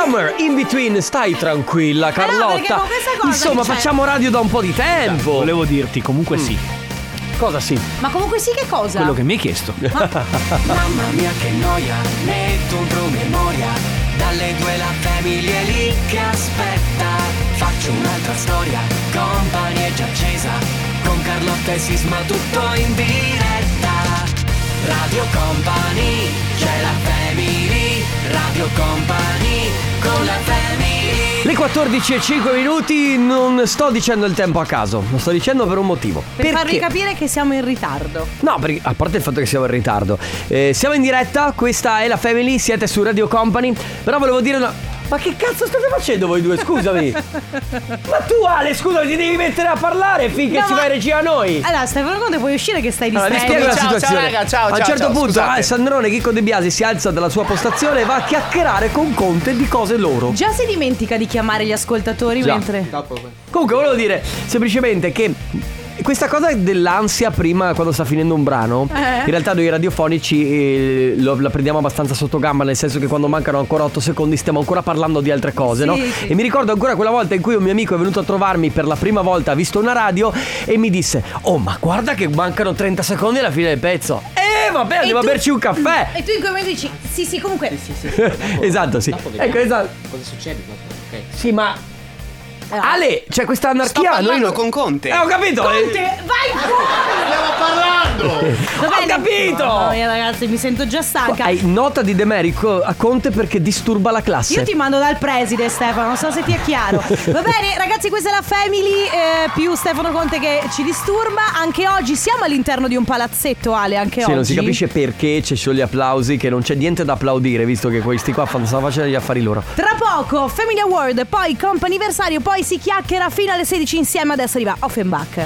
Somewhere in Between. Stai tranquilla, Carlotta. No, questa cosa insomma, facciamo radio da un po' di tempo. Volevo dirti, comunque sì. Cosa sì? Ma comunque sì, che cosa? Quello che mi hai chiesto. Mamma mia che noia, metto un promemoria. Dalle 2 la famiglia è lì che aspetta. Faccio un'altra storia, Company è già accesa. Con Carlotta e Sisma tutto in diretta. Radio Company, c'è la family. Radio Company, con la family. Le 14:05, non sto dicendo il tempo a caso, lo sto dicendo per un motivo. Per farvi capire che siamo in ritardo. No, perché, a parte il fatto che siamo in ritardo, siamo in diretta, questa è la Family, siete su Radio Company. Però volevo dire ma che cazzo state facendo voi due, scusami? Ma tu Ale, scusami, ti devi mettere a parlare finché ci vai regia a noi. Allora Stefano Conte, puoi uscire che stai Allora, distraendo? vi spiego la situazione. raga, ciao, a un certo punto scusate. Sandrone Chicco De Biasi si alza dalla sua postazione e va a chiacchierare con Conte di cose loro. Già si dimentica di chiamare gli ascoltatori Già. mentre... Comunque volevo dire semplicemente che questa cosa dell'ansia prima, quando sta finendo un brano, in realtà noi radiofonici la prendiamo abbastanza sotto gamba, nel senso che quando mancano ancora 8 secondi stiamo ancora parlando di altre cose, no? Sì. E mi ricordo ancora quella volta in cui un mio amico è venuto a trovarmi per la prima volta, ha visto una radio e mi disse: oh, ma guarda che mancano 30 secondi alla fine del pezzo. Vabbè, andiamo a berci un caffè. E tu in quel momento dici sì, comunque Esatto, sì. Ecco, esatto. Cosa succede dopo? Ok. Sì, ma Ale, c'è questa anarchia. Sto parlando noi con Conte. ho capito. Conte, vai fuori! Stiamo parlando! Ho capito. Mamma mia, ragazzi, mi sento già stanca. Hai nota di demerico a Conte perché disturba la classe. Io ti mando dal preside, Stefano, non so se ti è chiaro. Va bene, ragazzi, questa è la Family, più Stefano Conte che ci disturba. Anche oggi siamo all'interno di un palazzetto, Ale, anche oggi. Sì, non si capisce perché c'è solo gli applausi, che non c'è niente da applaudire, visto che questi qua stanno facendo gli affari loro. Tra poco Family Award, poi comp'anniversario, poi si chiacchiera fino alle 16 insieme. Adesso arriva Offenbach.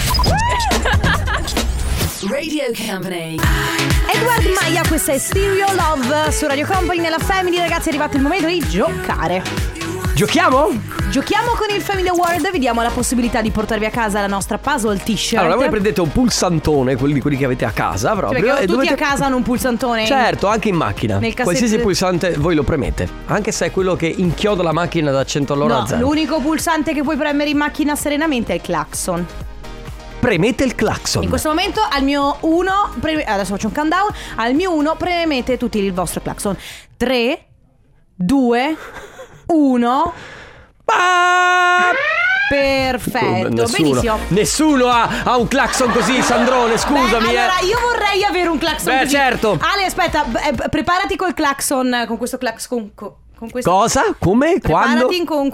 Radio Company. Edward Maia, questa è Stereo Love su Radio Company nella Family. Ragazzi, è arrivato il momento di giocare. Giochiamo? Giochiamo con il Family Award. Vi diamo la possibilità di portarvi a casa la nostra puzzle t-shirt. Allora, voi prendete un pulsantone, quelli che avete a casa proprio. Cioè, perché e tutti a casa hanno un pulsantone. Certo, anche in macchina. Nel cassetto Qualsiasi pulsante voi lo premete, anche se è quello che inchioda la macchina da 100 all'ora a 0. L'unico pulsante che puoi premere in macchina serenamente è il clacson. Premete il clacson. In questo momento al mio 1 adesso faccio un countdown. Al mio 1 premete tutti il vostro clacson. 3 2 1. Perfetto, benissimo. Nessuno ha un clacson così, Sandrone, scusami. Allora io vorrei avere un clacson così. Certo. Ale, aspetta, preparati col clacson, con questo clacson con questo. Cosa? Come? Quando? Preparati con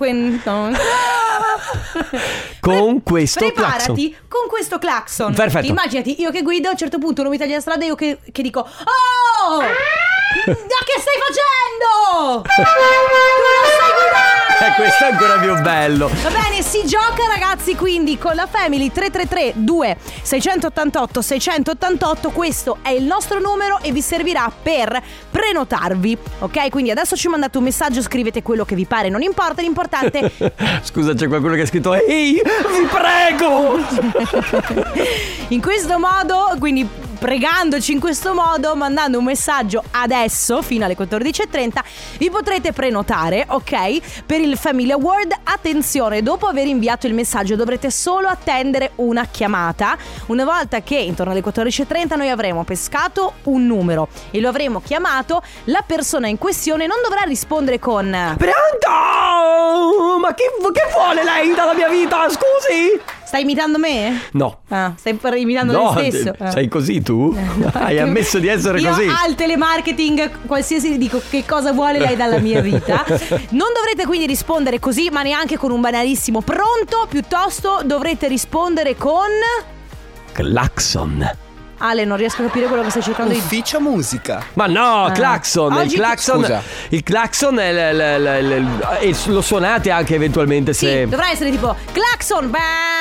questo Preparati con questo clacson. Perfetto. Immaginati io che guido, a un certo punto non mi tagli la strada e io che dico: oh! Ma che stai facendo? Tu non sai guidare! Questo è ancora più bello. Va bene, si gioca ragazzi, quindi con la Family. 333 2688 688. Questo è il nostro numero e vi servirà per prenotarvi. Ok, quindi adesso ci mandate un messaggio, scrivete quello che vi pare, non importa, l'importante. Scusa, c'è qualcuno che ha scritto: ehi, vi prego. In questo modo, quindi pregandoci in questo modo, mandando un messaggio adesso fino alle 14:30, vi potrete prenotare, ok? Per il Family Award. Attenzione, dopo aver inviato il messaggio dovrete solo attendere una chiamata. Una volta che intorno alle 14:30 noi avremo pescato un numero e lo avremo chiamato, la persona in questione non dovrà rispondere con: pronto? Ma che vuole lei dalla mia vita? Scusi? Stai imitando me? No. Stai imitando te stesso? Sei così tu? Hai ammesso di essere così? Io al telemarketing qualsiasi dico che cosa vuole lei dalla mia vita. Non dovrete quindi rispondere così, ma neanche con un banalissimo pronto. Piuttosto dovrete rispondere con clacson. Ale, non riesco a capire quello che stai cercando di dire. Ufficio musica. Ma no, clacson. Oggi Il clacson è lo suonate anche eventualmente sì, se dovrà essere tipo clacson.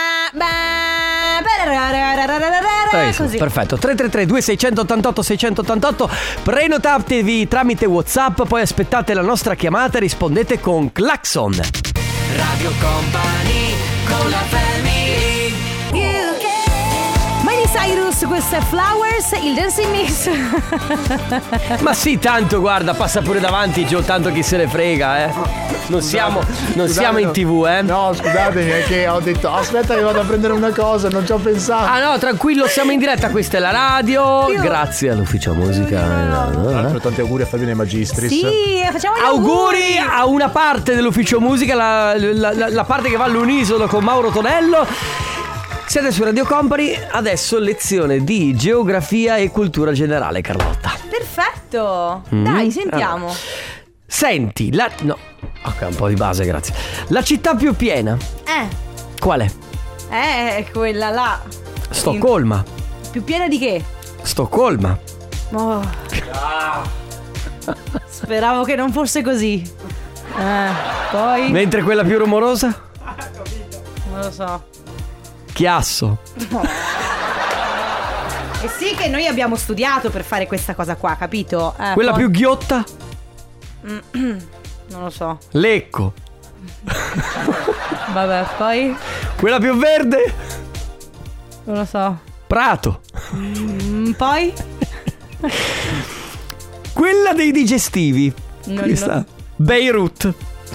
Così. Perfetto. 333 2688 688. Prenotatevi tramite WhatsApp, poi aspettate la nostra chiamata e rispondete con clacson. Radio Company con la family. Miley Cyrus Mix, questo è Flowers, il Dancing Mix. Ma sì, tanto guarda, passa pure davanti Gio, tanto chi se ne frega, eh. Non siamo in TV, eh. No, scusatemi, è che ho detto aspetta che vado a prendere una cosa, non ci ho pensato. Ah no, tranquillo, siamo in diretta, questa è la radio. Grazie all'ufficio musica. Tra l'altro tanti auguri a Fabione Magistris. Sì, facciamo gli Auguri a una parte dell'ufficio musica, la parte che va all'unisono con Mauro Tonello. Siete su Radio Company, adesso lezione di geografia e cultura generale, Carlotta. Perfetto. Dai, sentiamo. Allora, senti, no. Ok, un po' di base, grazie. La città più piena. Qual è? Quella là. Stoccolma. Più piena di che? Stoccolma. Oh. Speravo che non fosse così. Poi Mentre quella più rumorosa? non lo so. Chiasso. E sì che noi abbiamo studiato per fare questa cosa qua, capito? Quella poi... più ghiotta? Non lo so. Lecco. Vabbè, poi Quella più verde? non lo so. Prato. Poi Quella dei digestivi. Non Questa. lo- Beirut.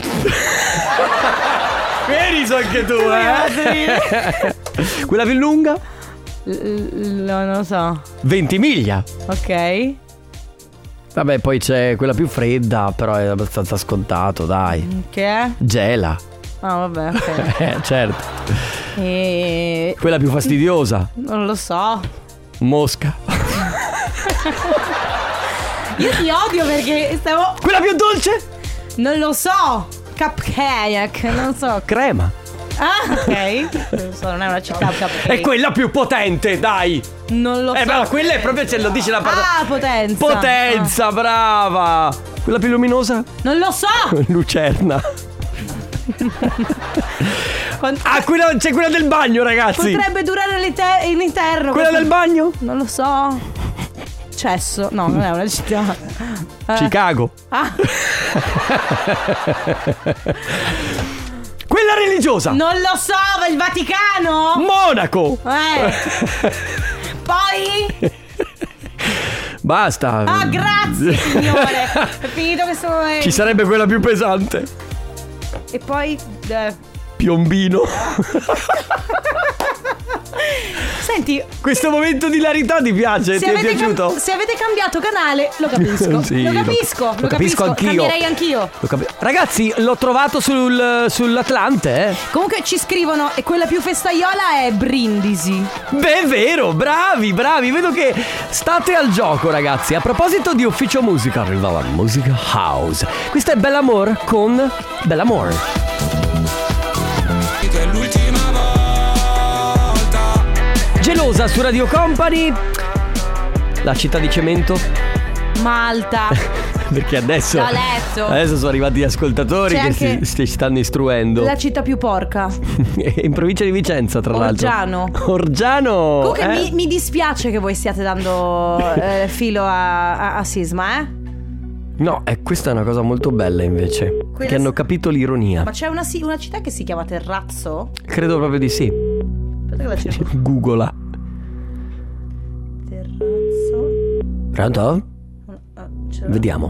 Vedi so anche tu, eh? Quella più lunga? non lo so. Ventimiglia. Ok. Vabbè, poi c'è quella più fredda, però è abbastanza scontato, dai. Che è? Gela. Ah, vabbè, ok. Certo. E... Quella più fastidiosa. non lo so. Mosca. Io ti odio perché stavo... Quella più dolce? Non lo so. Cupcake, non so. Crema. Ah, ok. Non lo so, non è una città cupcake. È quella più potente, dai. Non lo so. Ma quella è proprio, ce lo dice la parola. Ah, potenza. Potenza, brava. Quella più luminosa? Non lo so. Lucerna. Ah, c'è quella del bagno, ragazzi. Potrebbe durare in eterno. Quella del bagno? Non lo so. Cesso. No, non è una città. Chicago. Ah. Quella religiosa. Non lo so, il Vaticano. Monaco. Poi. Basta. Ah, grazie signore. È finito questo momento. Ci sarebbe quella più pesante. E poi Piombino. Senti, Questo momento di hilarità ti piace? Ti è piaciuto? Se avete cambiato canale, lo capisco. Sì, lo capisco anch'io. Cambierei anch'io. Ragazzi, l'ho trovato sull'Atlante, eh. Comunque ci scrivono e quella più festaiola è Brindisi. Beh, è vero, bravi. Vedo che state al gioco, ragazzi. A proposito di ufficio musica, arriva la musica house. Questa è Bellamore con Bellamore. Gelosa su Radio Company. La città di cemento. Malta. Perché adesso L'ho letto. Adesso sono arrivati gli ascoltatori C'è che anche si stanno istruendo. La città più porca. In provincia di Vicenza, tra l'altro. Orgiano. Comunque mi dispiace che voi stiate dando filo a Sisma, eh? No, questa è una cosa molto bella invece. Quella che hanno capito l'ironia. Ma c'è una città che si chiama Terrazzo? Credo proprio di sì. Aspetta che la cerco. Googla. Terrazzo. Pronto? Vediamo.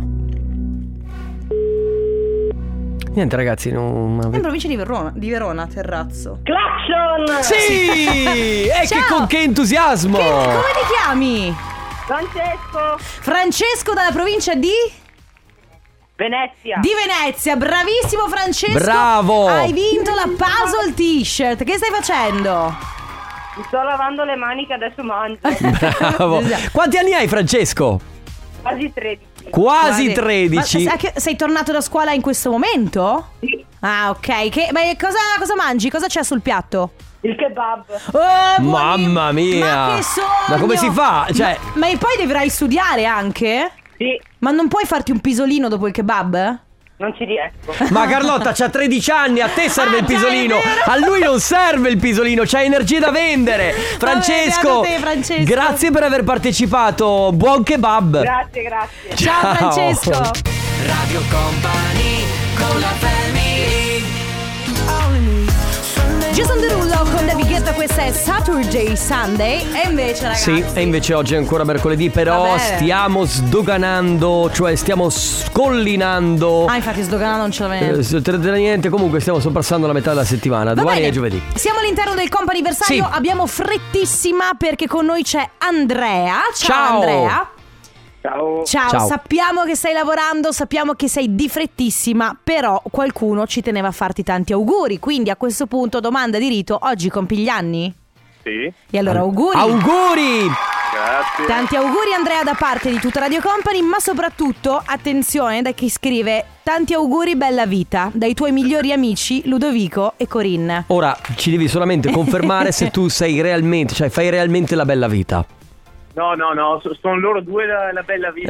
Niente ragazzi, non È in provincia di Verona, Terrazzo. Clacson! Sì! Ciao! Con che entusiasmo! Come ti chiami? Francesco! Francesco dalla provincia di Venezia! Di Venezia, bravissimo Francesco. Bravo! Hai vinto la puzzle t-shirt. Che stai facendo? Mi sto lavando le mani che adesso mangio. Bravo! Quanti anni hai Francesco? Quasi 13. Quasi 13. Ma sei tornato da scuola in questo momento? Sì. Ah, ok. Ma cosa mangi? Cosa c'è sul piatto? Il kebab. Oh, Mamma mia! Ma che sogno! Ma come si fa? Cioè, Ma poi dovrai studiare anche? Sì, Ma non puoi farti un pisolino dopo il kebab? non ci riesco. ma Carlotta c'ha 13 anni, a te serve il già, è pisolino. vero. A lui non serve il pisolino, c'ha energie da vendere. Francesco, beato te, Francesco. grazie per aver partecipato. Buon kebab. Grazie. Ciao Francesco. Radio Company con la family. Jason Derulo con David Guetta, questa è Saturday, Sunday. E invece, ragazzi, Sì, e invece oggi è ancora mercoledì, però Vabbè. stiamo sdoganando, cioè stiamo scollinando. infatti sdoganando non ce la vedo. Niente, comunque stiamo soprassando la metà della settimana. Va Domani bene. è giovedì. Siamo all'interno del comp'anniversario. Sì. Abbiamo frettissima perché con noi c'è Andrea. Ciao. Andrea. Ciao. Ciao, sappiamo che stai lavorando, sappiamo che sei di frettissima, però qualcuno ci teneva a farti tanti auguri. Quindi a questo punto, domanda di rito, oggi compi gli anni? Sì, E allora auguri. Auguri! grazie. Tanti auguri Andrea da parte di tutta Radio Company, ma soprattutto, attenzione, da chi scrive tanti auguri bella vita, dai tuoi migliori amici Ludovico e Corinne. Ora ci devi solamente confermare se tu sei realmente, cioè fai realmente la bella vita. No, sono loro due la bella vita.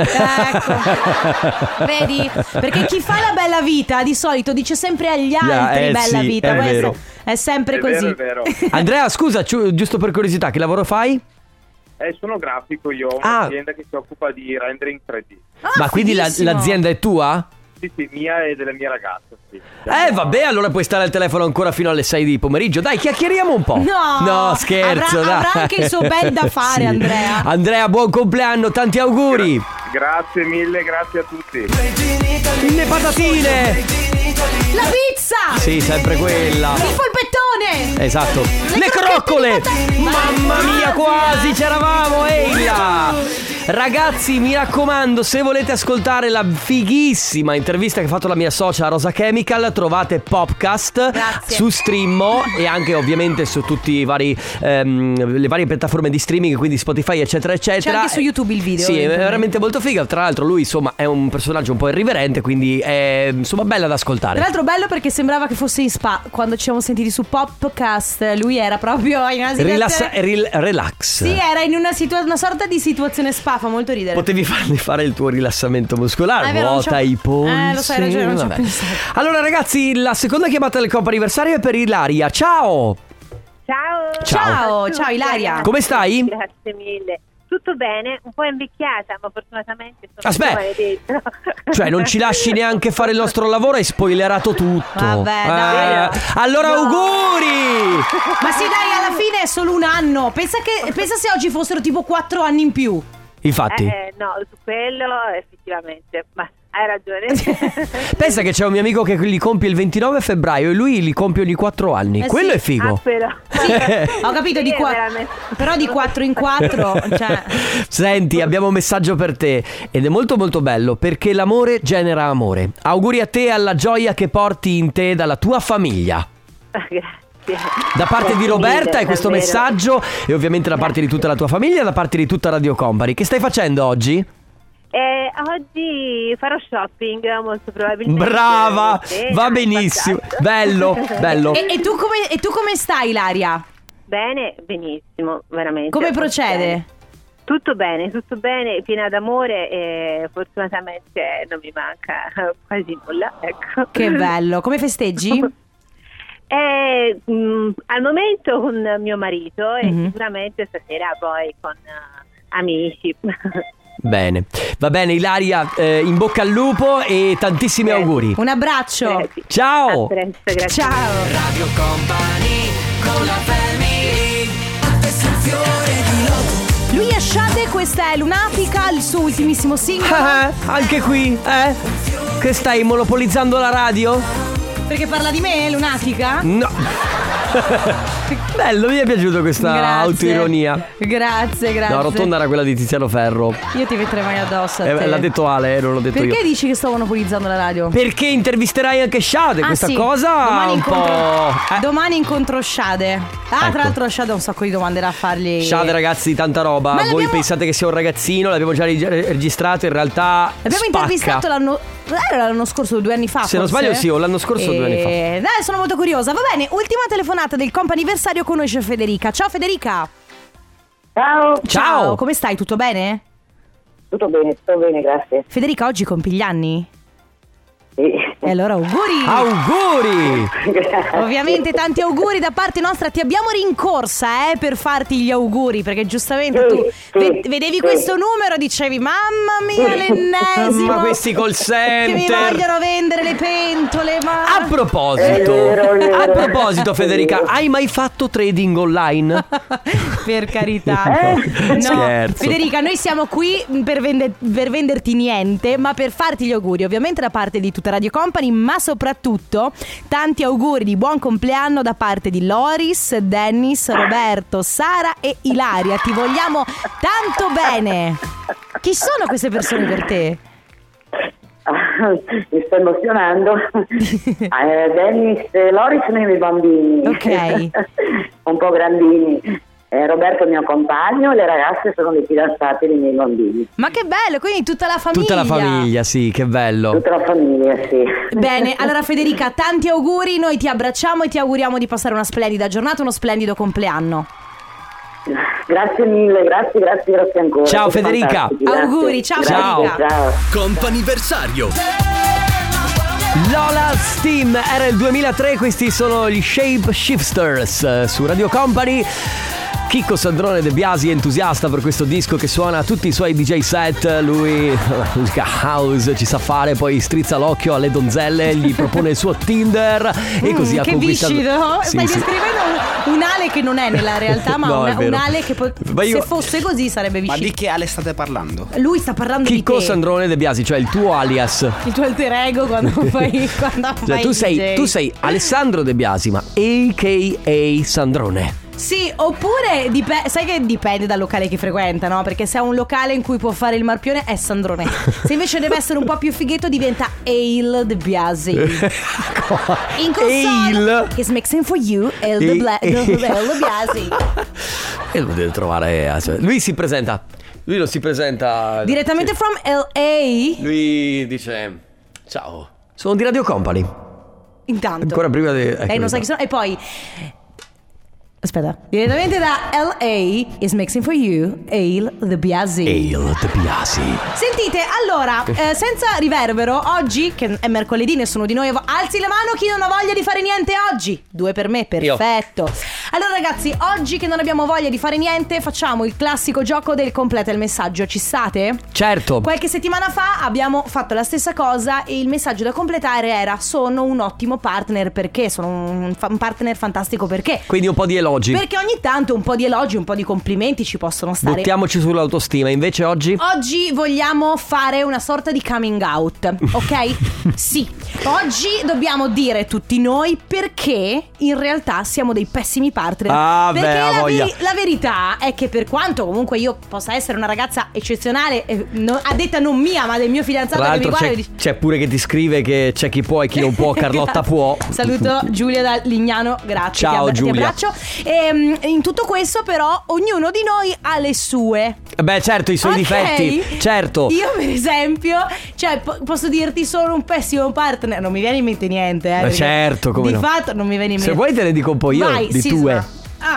Ecco, vedi? Perché chi fa la bella vita di solito dice sempre agli altri bella sì, vita. è vero. È sempre È così. vero, è vero. Andrea, scusa, giusto per curiosità, che lavoro fai? Sono grafico, io ho Ah. un'azienda che si occupa di rendering 3D. Ma quindi fighissimo. l'azienda è tua? Sì, mia e della mia ragazza, sì. Vabbè, allora puoi stare al telefono ancora fino alle 6 di pomeriggio. Dai, chiacchieriamo un po'. No, scherzo, avrà dai. anche il suo bel da fare, Sì. Andrea. Andrea, buon compleanno, tanti auguri. Grazie mille, grazie a tutti. Le patatine. La pizza! Sì, sempre quella. Il polpettone! Esatto. Le croccole. Mamma mia, quasi c'eravamo, ehi là. Ragazzi, mi raccomando, se volete ascoltare la fighissima intervista che ha fatto la mia socia Rosa Chemical, trovate Popcast Grazie. su Streammo e anche ovviamente su tutti i vari le varie piattaforme di streaming, quindi Spotify eccetera eccetera. C'è anche su YouTube il video. Sì, è evidentemente. veramente molto figa. Tra l'altro lui insomma è un personaggio un po' irriverente, quindi è insomma bella da ascoltare. Tra l'altro bello perché sembrava che fosse in spa. Quando ci siamo sentiti su Popcast, lui era proprio in una situazione... Relax. Sì, era in una sorta di situazione spa, fa molto ridere. Potevi farmi fare il tuo rilassamento muscolare, È vero, non vuota ci ho- i polsi. lo sai, hai ragione, non ci ho Vabbè. pensato. Allora ragazzi, la seconda chiamata del comp'anniversario è per Ilaria. Ciao. Ciao, ciao Ilaria. Come stai? Grazie mille. Tutto bene, un po' invecchiata, ma fortunatamente sono Aspetta. maledetto. Cioè non ci lasci neanche fare il nostro lavoro, hai spoilerato tutto. Vabbè, dai. Allora No. auguri. Ma sì, dai, alla fine è solo un anno. Pensa se oggi fossero tipo 4 anni in più. Infatti. No, su quello effettivamente, ma hai ragione. Pensa che c'è un mio amico che li compie il 29 febbraio e lui li compie ogni 4 anni. Quello sì. è figo. Ah, però. Ho capito, Sì, di è qua... veramente- però di 4 in 4, cioè... Senti, abbiamo un messaggio per te ed è molto molto bello perché l'amore genera amore. Auguri a te e alla gioia che porti in te dalla tua famiglia. Grazie. Da parte di Grazie Roberta mille, è questo davvero. messaggio e ovviamente da parte di tutta la tua famiglia e da parte di tutta Radio Company. Che stai facendo oggi? Oggi farò shopping molto probabilmente. Brava, Sì, va è benissimo. passato. Bello, bello. E tu come stai, Ilaria? Bene, benissimo, veramente. Come procede? Tutto bene, piena d'amore e fortunatamente non mi manca quasi nulla, ecco. Che bello. Come festeggi? Al momento con mio marito e Mhm. sicuramente stasera poi con amici. Bene, va bene Ilaria, in bocca al lupo e tantissimi auguri. Un abbraccio. Sì. Ciao. A presto, grazie. Ciao. Radio Company con la family. Lui è Shade, questa è Lunatica, il suo ultimissimo singolo. Anche qui, Che stai monopolizzando la radio? Perché parla di me, Lunatica? No. Bello, mi è piaciuta questa autoironia. Grazie. No, rotonda era quella di Tiziano Ferro. Io ti metterei mai addosso a te. L'ha detto Ale, non l'ho detto Perché io. dici che sto monopolizzando la radio? Perché intervisterai anche Shade, questa sì. cosa Domani un po'. Domani incontro Shade. Ecco. Tra l'altro Shade ha un sacco di domande da fargli. Shade ragazzi, tanta roba. Ma Voi l'abbiamo- pensate che sia un ragazzino, l'abbiamo già registrato, in realtà L'abbiamo spacca. intervistato l'anno scorso, 2 anni fa. Se non forse? sbaglio sì, o l'anno scorso o 2 anni fa. Dai, sono molto curiosa. Va bene, ultima telefonata del comp'anniversario, con noi c'è Federica. Ciao Federica. Ciao. Come stai? Tutto bene? Tutto bene, grazie. Federica, oggi compi gli anni? Sì. E allora auguri. Auguri! Ovviamente tanti auguri da parte nostra. Ti abbiamo rincorsa per farti gli auguri, perché giustamente tu vedevi questo numero, dicevi mamma mia, l'ennesimo. Ma questi call che mi center. vogliono vendere le pentole. Ma A A proposito, Federica, hai mai fatto trading online? Per carità. No, Scherzo. Federica, noi siamo qui per venderti niente, ma per farti gli auguri, ovviamente da parte di tutta Radio Company, ma soprattutto tanti auguri di buon compleanno da parte di Loris, Dennis, Roberto, Sara e Ilaria. Ti vogliamo tanto bene. Chi sono queste persone per te? Mi sto emozionando. Dennis e Loris sono i miei bambini. Ok. Un po' grandini. Roberto è il mio compagno, le ragazze sono le fidanzate dei miei bambini. Ma che bello, quindi tutta la famiglia. Tutta la famiglia, sì, che bello. Tutta la famiglia, sì. Bene, allora Federica, tanti auguri, noi ti abbracciamo e ti auguriamo di passare una splendida giornata, uno splendido compleanno. Grazie mille, grazie ancora. Ciao Siete Federica. fantastici, grazie. Auguri, ciao Ciao. Federica. Ciao. Comp'anniversario. Lola Steam, era il 2003, questi sono gli Shape Shifters su Radio Company. Chicco Sandrone De Biasi è entusiasta per questo disco che suona tutti i suoi DJ set. Lui la musica house ci sa fare, poi strizza l'occhio alle donzelle, gli propone il suo Tinder e così ha che conquistato. viscido. Sì, Stai sì. descrivendo un ale che non è nella realtà, ma No, è un vero. ale che Ma io- se fosse così sarebbe Ma viscido. di che Ale state parlando? Lui sta parlando Chicco di te, Sandrone De Biasi, cioè il tuo alias. il tuo alter ego quando fai Cioè tu sei Alessandro De Biasi, ma a.k.a. Sandrone. Sì, oppure sai che dipende dal locale che frequenta, no? Perché se è un locale in cui può fare il marpione è Sandrone. Se invece deve essere un po' più fighetto diventa Ale De Biasi. In console Ale. is mixing for you Ale De Biasi. E lo deve trovare. Cioè, lui si presenta. Lui non si presenta Direttamente sì. from LA. Lui dice: ciao, sono di Radio Company. Intanto Ancora prima di lei non sa chi sono. E poi aspetta, direttamente da LA is mixing for you Ale De Biasi. Ale De Biasi. Sentite, allora, senza riverbero, oggi, che è mercoledì, nessuno di noi alzi la mano chi non ha voglia di fare niente oggi. 2 per me, perfetto. Allora ragazzi, oggi che non abbiamo voglia di fare niente, facciamo il classico gioco del completa il messaggio. Ci state? Certo. Qualche settimana fa abbiamo fatto la stessa cosa e il messaggio da completare era: sono un ottimo partner perché, sono un partner fantastico perché. Quindi un po' di elogi. Perché ogni tanto un po' di elogi, un po' di complimenti ci possono stare. Buttiamoci sull'autostima. Invece oggi Oggi vogliamo fare una sorta di coming out, ok? Sì. Oggi dobbiamo dire tutti noi perché in realtà siamo dei pessimi partner. Ah, perché beh, ha voglia. la verità è che per quanto comunque io possa essere una ragazza eccezionale, a detta non mia ma del mio fidanzato tra che mi l'altro guarda e dice... c'è pure che ti scrive che c'è chi può e chi non può. Carlotta può. Saluto Giulia da Lignano, grazie. Ciao, ti Giulia. abbraccio. In tutto questo però ognuno di noi ha le sue. Beh certo, i suoi Ok? difetti. Certo. Io per esempio, cioè posso dirti sono un pessimo partner. Non mi viene in mente niente, Ma perché certo, come di no. fatto non mi viene in mente. Se vuoi te ne dico un po' io. Vai, di Sisma. tue. Ah,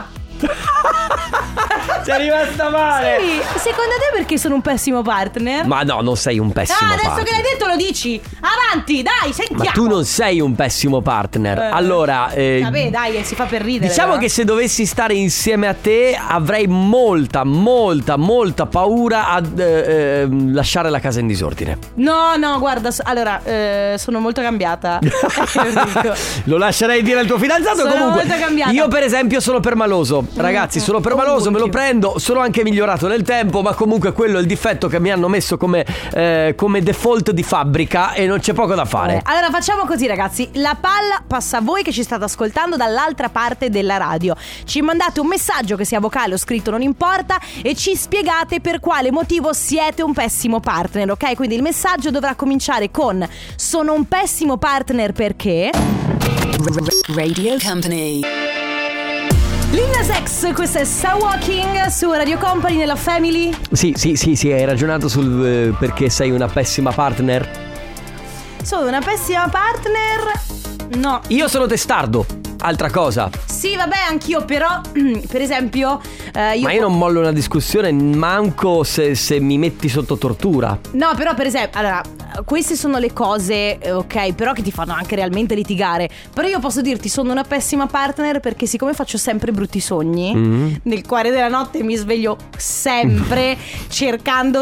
Sei rimasta male. sì. Secondo te perché sono un pessimo partner? Ma no, non sei un pessimo adesso partner. che l'hai detto lo dici. Avanti, dai, sentiamo. Ma tu non sei un pessimo partner. Allora Vabbè, dai, si fa per ridere. diciamo però. che se dovessi stare insieme a te avrei molta paura a lasciare la casa in disordine. No, guarda, allora sono molto cambiata. Enrico. Lo lascerei dire al tuo fidanzato. Sono comunque molto cambiata. io per esempio sono permaloso. Ragazzi, sono permaloso, me lo prendo. Sono anche migliorato nel tempo, ma comunque quello è il difetto che mi hanno messo come default di fabbrica e non c'è poco da fare. Allora facciamo così ragazzi, la palla passa a voi che ci state ascoltando dall'altra parte della radio. Ci mandate un messaggio, che sia vocale o scritto non importa, e ci spiegate per quale motivo siete un pessimo partner, ok? Quindi il messaggio dovrà cominciare con: sono un pessimo partner perché... Radio Company. Lil Nas X, questa è Star Walking su Radio Company nella Family. Sì, hai ragionato sul perché sei una pessima partner? Sono una pessima partner? No. Io sono testardo. Altra cosa. Sì, vabbè, anch'io, però per esempio Ma io non mollo una discussione manco se mi metti sotto tortura. No, però per esempio, allora, queste sono le cose, ok, però che ti fanno anche realmente litigare. Però io posso dirti, sono una pessima partner perché siccome faccio sempre brutti sogni, nel cuore della notte mi sveglio sempre cercando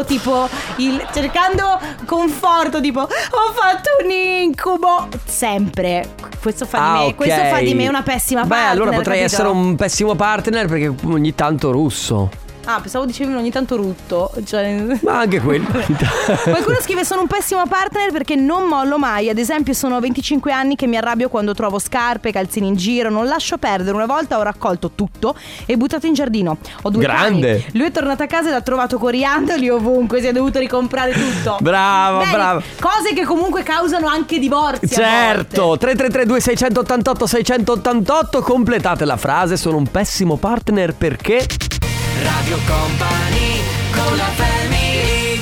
cercando conforto, tipo ho fatto un incubo, sempre. questo fa di me, questo fa di me una pessima partner. Beh, allora potrei capito? essere un pessimo partner perché ogni tanto russo. Ah, pensavo dicevi ogni tanto rutto, cioè... Ma anche quello. Qualcuno scrive: sono un pessimo partner perché non mollo mai. Ad esempio sono 25 anni che mi arrabbio quando trovo scarpe, calzini in giro. Non lascio perdere. Una volta ho raccolto tutto e buttato in giardino. Ho 2 Grande cani. Lui è tornato a casa ed ha trovato coriandoli ovunque. Si è dovuto ricomprare tutto. Brava, Bene, brava. cose che comunque causano anche divorzi. Certo. 3332 688 688. Completate la frase: sono un pessimo partner perché... Radio Company con la family.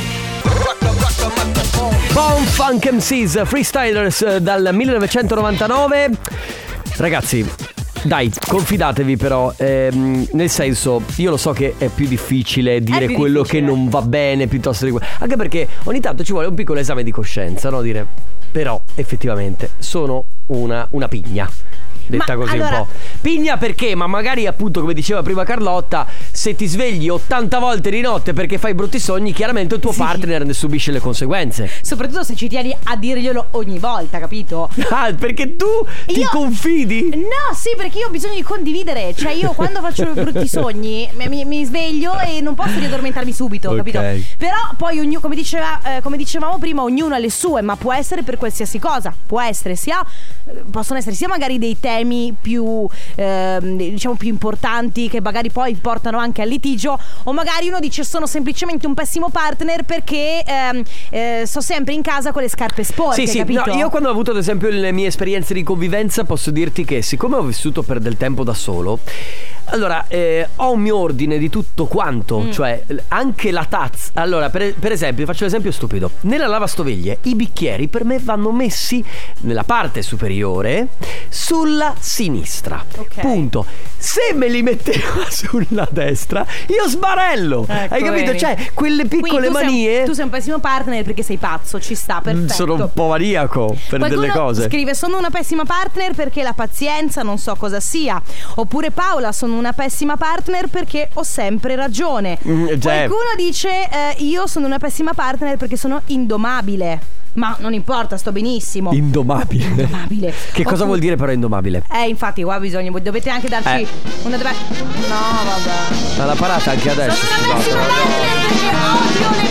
Bone Funk MCs Freestylers dal 1999. Ragazzi, dai, confidatevi però, nel senso, io lo so che è più difficile dire più quello difficile. che non va bene piuttosto di quello. Anche perché ogni tanto ci vuole un piccolo esame di coscienza, no? Dire, però effettivamente sono una pigna. Detta Ma così allora... un po'. Pigna perché? Ma magari appunto, come diceva prima Carlotta, se ti svegli 80 volte di notte perché fai brutti sogni, chiaramente il tuo partner ne subisce le conseguenze. Soprattutto se ci tieni a dirglielo ogni volta, capito? Ah, perché tu ti confidi? No, sì, perché io ho bisogno di condividere. Cioè io quando faccio brutti sogni mi sveglio e non posso riaddormentarmi subito, Ok. capito? Però poi ognuno, come dicevamo prima, ognuno ha le sue. Ma può essere per qualsiasi cosa. Possono essere sia magari dei temi più diciamo più importanti, che magari poi portano anche al litigio, o magari uno dice sono semplicemente un pessimo partner perché sto sempre in casa con le scarpe sporche, Sì, capito? no, io quando ho avuto ad esempio le mie esperienze di convivenza posso dirti che siccome ho vissuto per del tempo da solo, allora ho un mio ordine di tutto quanto, cioè anche la tazza. Allora per esempio, faccio l'esempio stupido: nella lavastoviglie i bicchieri per me vanno messi nella parte superiore sulla sinistra, Ok. punto. Se me li metteva sulla destra io sbarello, Ecco, hai capito? vedi. Cioè quelle piccole Tu sei un pessimo partner perché sei pazzo, ci sta, perfetto. sono un po' maniaco per Qualcuno delle cose. scrive: sono una pessima partner perché la pazienza non so cosa sia. Oppure Paola: sono una pessima partner perché ho sempre ragione. Qualcuno dice io sono una pessima partner perché sono indomabile. Ma non importa, sto benissimo. Indomabile. Indomabile. Che cosa Oppure- vuol dire però indomabile? Infatti qua dovete anche darci una No, vabbè. Ma la parata anche adesso. Sono una pessima scusate. partner perché odio le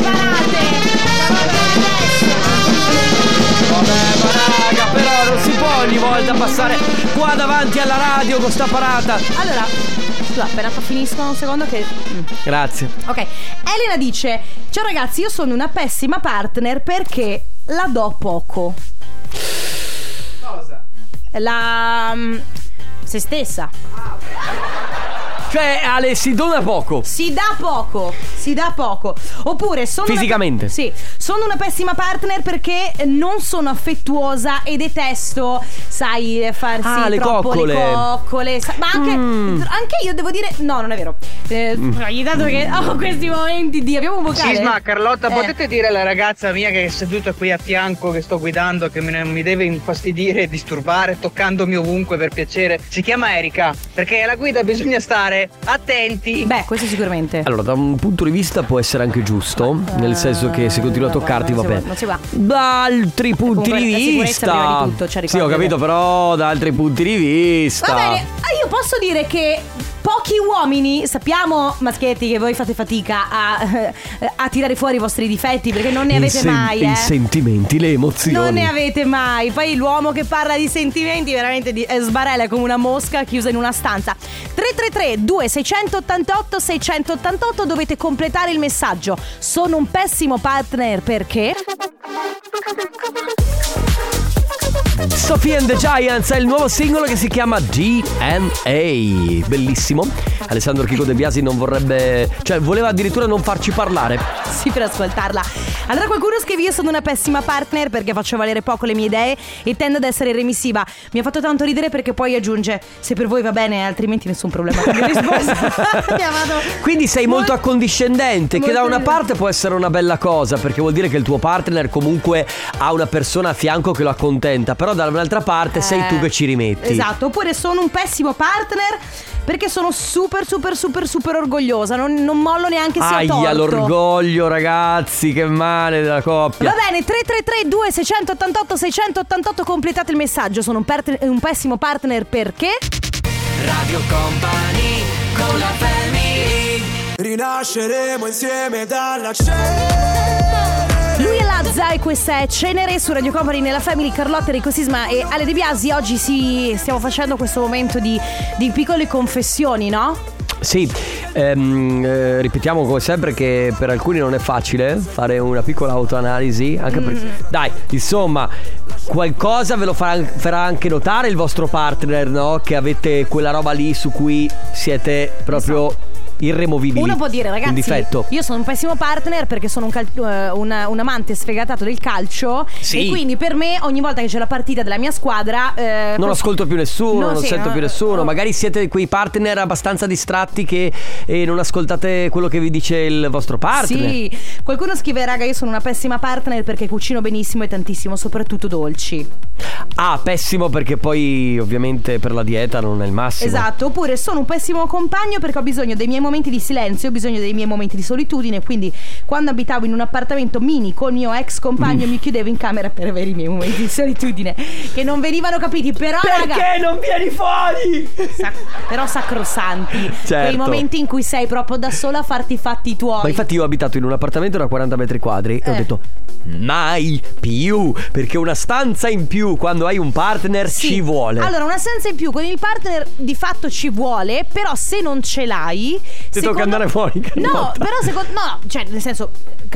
parate. Vabbè, ma raga, però non si può ogni volta passare qua davanti alla radio con sta parata. Allora, scusa, appena finiscono un secondo che... Grazie. Ok, Elena dice: ciao ragazzi, io sono una pessima partner perché la do poco. Cosa? Se stessa. Cioè Ale si dona poco. Si dà poco. Oppure sono Fisicamente. Sì, sono una pessima partner perché non sono affettuosa e detesto, sai, farsi le troppo coccole. le coccole. Ma anche io devo dire no, non è vero. Ogni tanto che ho questi momenti di abbiamo un vocale. Sisma, Carlotta, Eh. potete dire alla ragazza mia che è seduta qui a fianco, che sto guidando, che mi deve infastidire e disturbare, toccandomi ovunque, per piacere. Si chiama Erika, perché alla guida bisogna stare attenti. Beh, questo sicuramente. Allora, da un punto di vista può essere anche giusto, nel senso che se continua a toccarti va bene. Non si va. Da altri punti Comunque, di la sicurezza prima vista. di tutto, cioè, sì, ho ricordate. capito, però da altri punti di vista. Va bene, io posso dire che pochi uomini, sappiamo maschietti che voi fate fatica a tirare fuori i vostri difetti perché non ne avete mai, I sentimenti, le emozioni. Non ne avete mai. Poi l'uomo che parla di sentimenti veramente sbarella come una mosca chiusa in una stanza. 333 2688 688, dovete completare il messaggio. Sono un pessimo partner perché... Sophie and the Giants è il nuovo singolo che si chiama DNA. Bellissimo. Alessandro Chico De Biasi non vorrebbe, cioè voleva addirittura non farci parlare. Sì, per ascoltarla. Allora qualcuno scrive: io sono una pessima partner perché faccio valere poco le mie idee e tendo ad essere remissiva. Mi ha fatto tanto ridere perché poi aggiunge: se per voi va bene, altrimenti nessun problema. Quindi Quindi sei molto accondiscendente, che molto da una ridere. parte può essere una bella cosa, perché vuol dire che il tuo partner comunque ha una persona a fianco che lo accontenta, però da un'altra parte, sei tu che ci rimetti. Esatto. Oppure sono un pessimo partner perché sono super orgogliosa, non mollo neanche se ho torto. Aia, l'orgoglio, ragazzi, che male della coppia. Va bene, 333 2688 688, completate il messaggio. Sono un pessimo partner perché? Radio Company con la family. Rinasceremo insieme dalla cenere. Lui è Lazza e questa è Cenere su Radio Company nella Family. Carlotta, Enrico Sisma e Ale De Biasi. Oggi stiamo facendo questo momento di piccole confessioni, no? Sì, ripetiamo come sempre che per alcuni non è facile fare una piccola autoanalisi, anche perché, dai, insomma, qualcosa ve lo farà anche notare il vostro partner, no? Che avete quella roba lì su cui siete proprio irremovibili. Uno può dire, ragazzi, un difetto. Io sono un pessimo partner perché sono un amante sfegatato del calcio, sì. E quindi per me ogni volta che c'è la partita della mia squadra non ascolto più nessuno, non sento più nessuno. Magari siete quei partner abbastanza distratti che non ascoltate quello che vi dice il vostro partner. Sì, qualcuno scrive: raga, io sono una pessima partner perché cucino benissimo e tantissimo, soprattutto dolci. Ah, pessimo perché poi ovviamente per la dieta non è il massimo. Esatto. Oppure sono un pessimo compagno perché ho bisogno dei miei momenti di silenzio, ho bisogno dei miei momenti di solitudine. Quindi quando abitavo in un appartamento mini col mio ex compagno mi chiudevo in camera per avere i miei momenti di solitudine che non venivano capiti. Però perché raga, non vieni fuori? Però sacrosanti, certo. Quei momenti in cui sei proprio da sola a farti i fatti tuoi. Ma infatti io ho abitato in un appartamento da 40 metri quadri e ho detto mai più, perché una stanza in più quando hai un partner ci vuole. Allora, una stanza in più con il partner di fatto ci vuole, però se non ce l'hai ti tocca andare fuori. No, però cioè nel senso,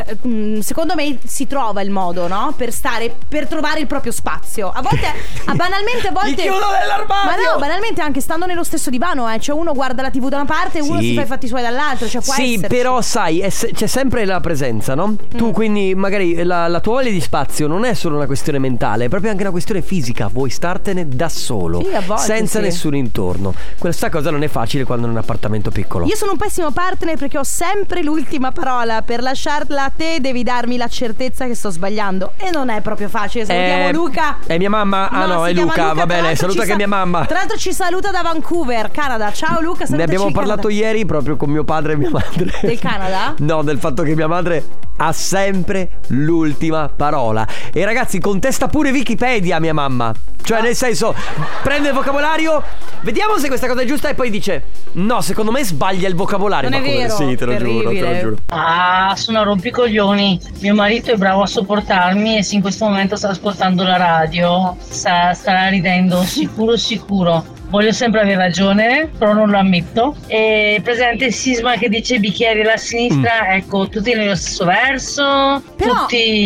secondo me si trova il modo, no? Per trovare il proprio spazio. A volte banalmente a volte mi chiudo nell'armadio. Ma no, banalmente anche stando nello stesso divano, cioè uno guarda la TV da una parte e uno si fa i fatti suoi dall'altra, cioè può esserci. Però sai, c'è sempre la presenza, no? Tu quindi magari la tua voglia di spazio non è solo una questione mentale, è proprio anche una questione fisica. Vuoi startene da solo, sì, a volte, senza nessuno intorno. Questa cosa non è facile quando è un appartamento piccolo. Io sono un pessimo partner perché ho sempre l'ultima parola. Per lasciarla a te devi darmi la certezza che sto sbagliando, e non è proprio facile. Salutiamo Luca. È mia mamma? No, è Luca. Va bene, saluta che è mia mamma. Tra l'altro ci saluta da Vancouver, Canada. Ciao Luca, salutaci. Ne abbiamo parlato ieri proprio con mio padre e mia madre. Del Canada? No, del fatto che mia madre ha sempre l'ultima parola. E ragazzi, contesta pure Wikipedia mia mamma. Cioè nel senso, prende il vocabolario, vediamo se questa cosa è giusta, e poi dice no, secondo me sbaglia il vocabolario. Non è vero. Sì, te lo giuro. Ah, sono a rompicoglioni. Mio marito è bravo a sopportarmi, e se in questo momento sta ascoltando la radio starà ridendo, sicuro. Voglio sempre avere ragione, però non lo ammetto. E presente Sisma che dice bicchieri alla sinistra, ecco, tutti nello stesso verso, però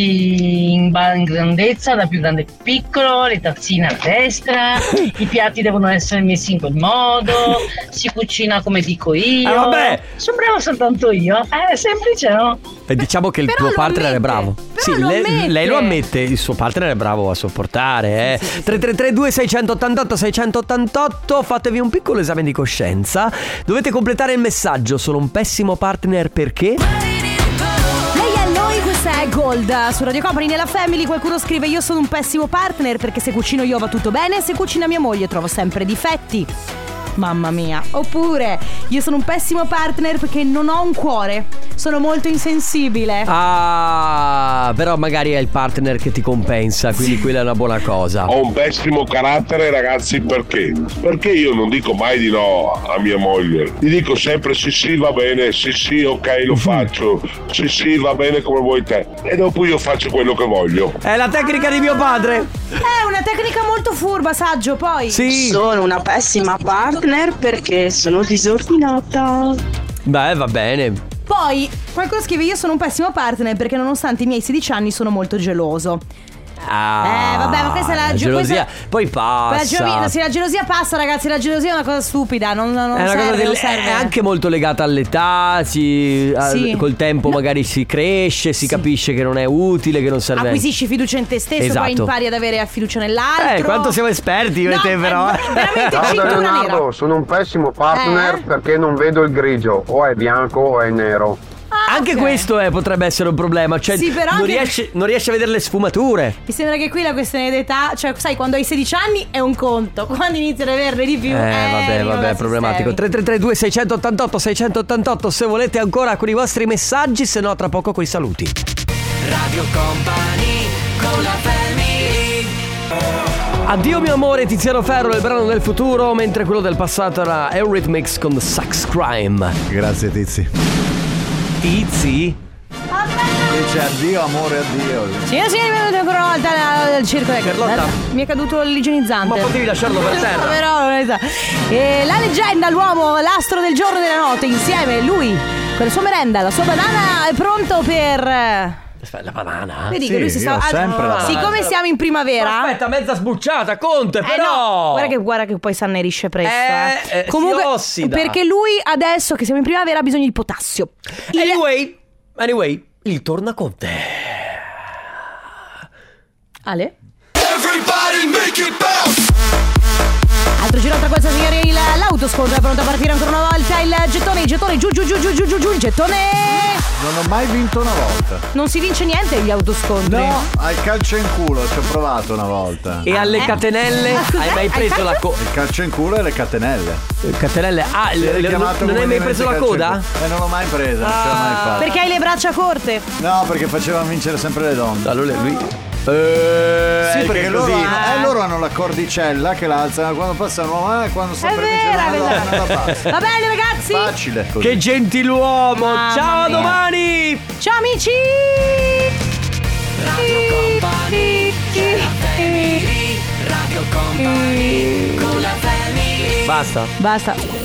tutti in grandezza, da più grande a più piccolo, le tazzine a destra, i piatti devono essere messi in quel modo, si cucina come dico io. Vabbè. Sono bravo soltanto io, è semplice, no? E diciamo che il però tuo partner è bravo. Sì, lei lo ammette, il suo partner è bravo a sopportare. 3332 688 688, fatevi un piccolo esame di coscienza. Dovete completare il messaggio: sono un pessimo partner perché? Questa è Gold su Radio Company nella Family. Qualcuno scrive: io sono un pessimo partner perché se cucino io va tutto bene, se cucina mia moglie trovo sempre difetti. Mamma mia. Oppure io sono un pessimo partner perché non ho un cuore, sono molto insensibile. Ah, però magari è il partner che ti compensa, quindi quella è una buona cosa. Ho un pessimo carattere, ragazzi, perché? Perché io non dico mai di no a mia moglie. Gli dico sempre sì va bene, sì ok lo faccio, sì va bene come vuoi te, e dopo io faccio quello che voglio. È la tecnica di mio padre. È una tecnica molto furba, saggio. Poi sono una pessima partner perché sono disordinata. Beh, va bene. Poi qualcuno scrive: io sono un pessimo partner perché nonostante i miei 16 anni sono molto geloso. Vabbè, ma questa è la gelosia. Poi passa. Se la gelosia passa, ragazzi, la gelosia è una cosa stupida. Non serve. È anche molto legata all'età. Col tempo magari si cresce, si capisce che non è utile, che non serve. Acquisisci fiducia in te stesso, esatto. Poi impari ad avere fiducia nell'altro. Quanto siamo esperti io e te, però. Veramente cintura nera. Sono un pessimo partner perché non vedo il grigio, o è bianco o è nero. Anche questo potrebbe essere un problema. Cioè, Sì, però non anche- riesci a vedere le sfumature. Mi sembra che qui la questione d'età, cioè sai, quando hai 16 anni è un conto, quando inizi ad averne di più Vabbè, è problematico. 3332 688 688 se volete ancora con i vostri messaggi, se no tra poco coi saluti. Radio Company con la family. Addio mio amore, Tiziano Ferro, il brano del futuro, mentre quello del passato era Eurythmics con The Sex Crime. Grazie Tizi. Tizi? Dice addio amore, addio. Signore e signori, benvenuti ancora una volta al circo del Carlotta. Mi è caduto l'igienizzante. Ma potevi lasciarlo per terra. Però non è stato. La leggenda, l'uomo, l'astro del giorno e della notte, insieme lui con la sua merenda, la sua banana, è pronto per... Aspetta, la banana? Vedi Sì, che lui si sta... io sempre la siccome banana. siamo in primavera... Aspetta, mezza sbucciata, Conte, però. No, guarda che poi si annerisce presto. Si ossida. Perché lui adesso che siamo in primavera ha bisogno di potassio. Anyway, il tornaconte. Ale? Everybody make it bounce. Altro giro, altra cosa, signori, l'autoscontro è pronto a partire ancora una volta. Il gettone, giù, il gettone. Non ho mai vinto una volta. Non si vince niente agli autoscontri. No, al calcio in culo ci ho provato una volta. E alle catenelle? Hai mai preso la coda? Il calcio in culo e le catenelle. Catenelle? Ah, non hai mai preso la coda? Non l'ho mai presa, non ce l'ho mai fatta. Perché hai le braccia corte? No, perché facevano vincere sempre le donne. Allora lui... sì, perché così. loro hanno la cordicella che la alzano quando passano, quando stanno per vincere vera, la donna, non la passano. Va bene, ragazzi. Facile così. Che gentiluomo. Mamma Ciao, a mia. domani. Ciao amici. Radio Company, c'è la family. Radio Company con la family. Basta. Basta.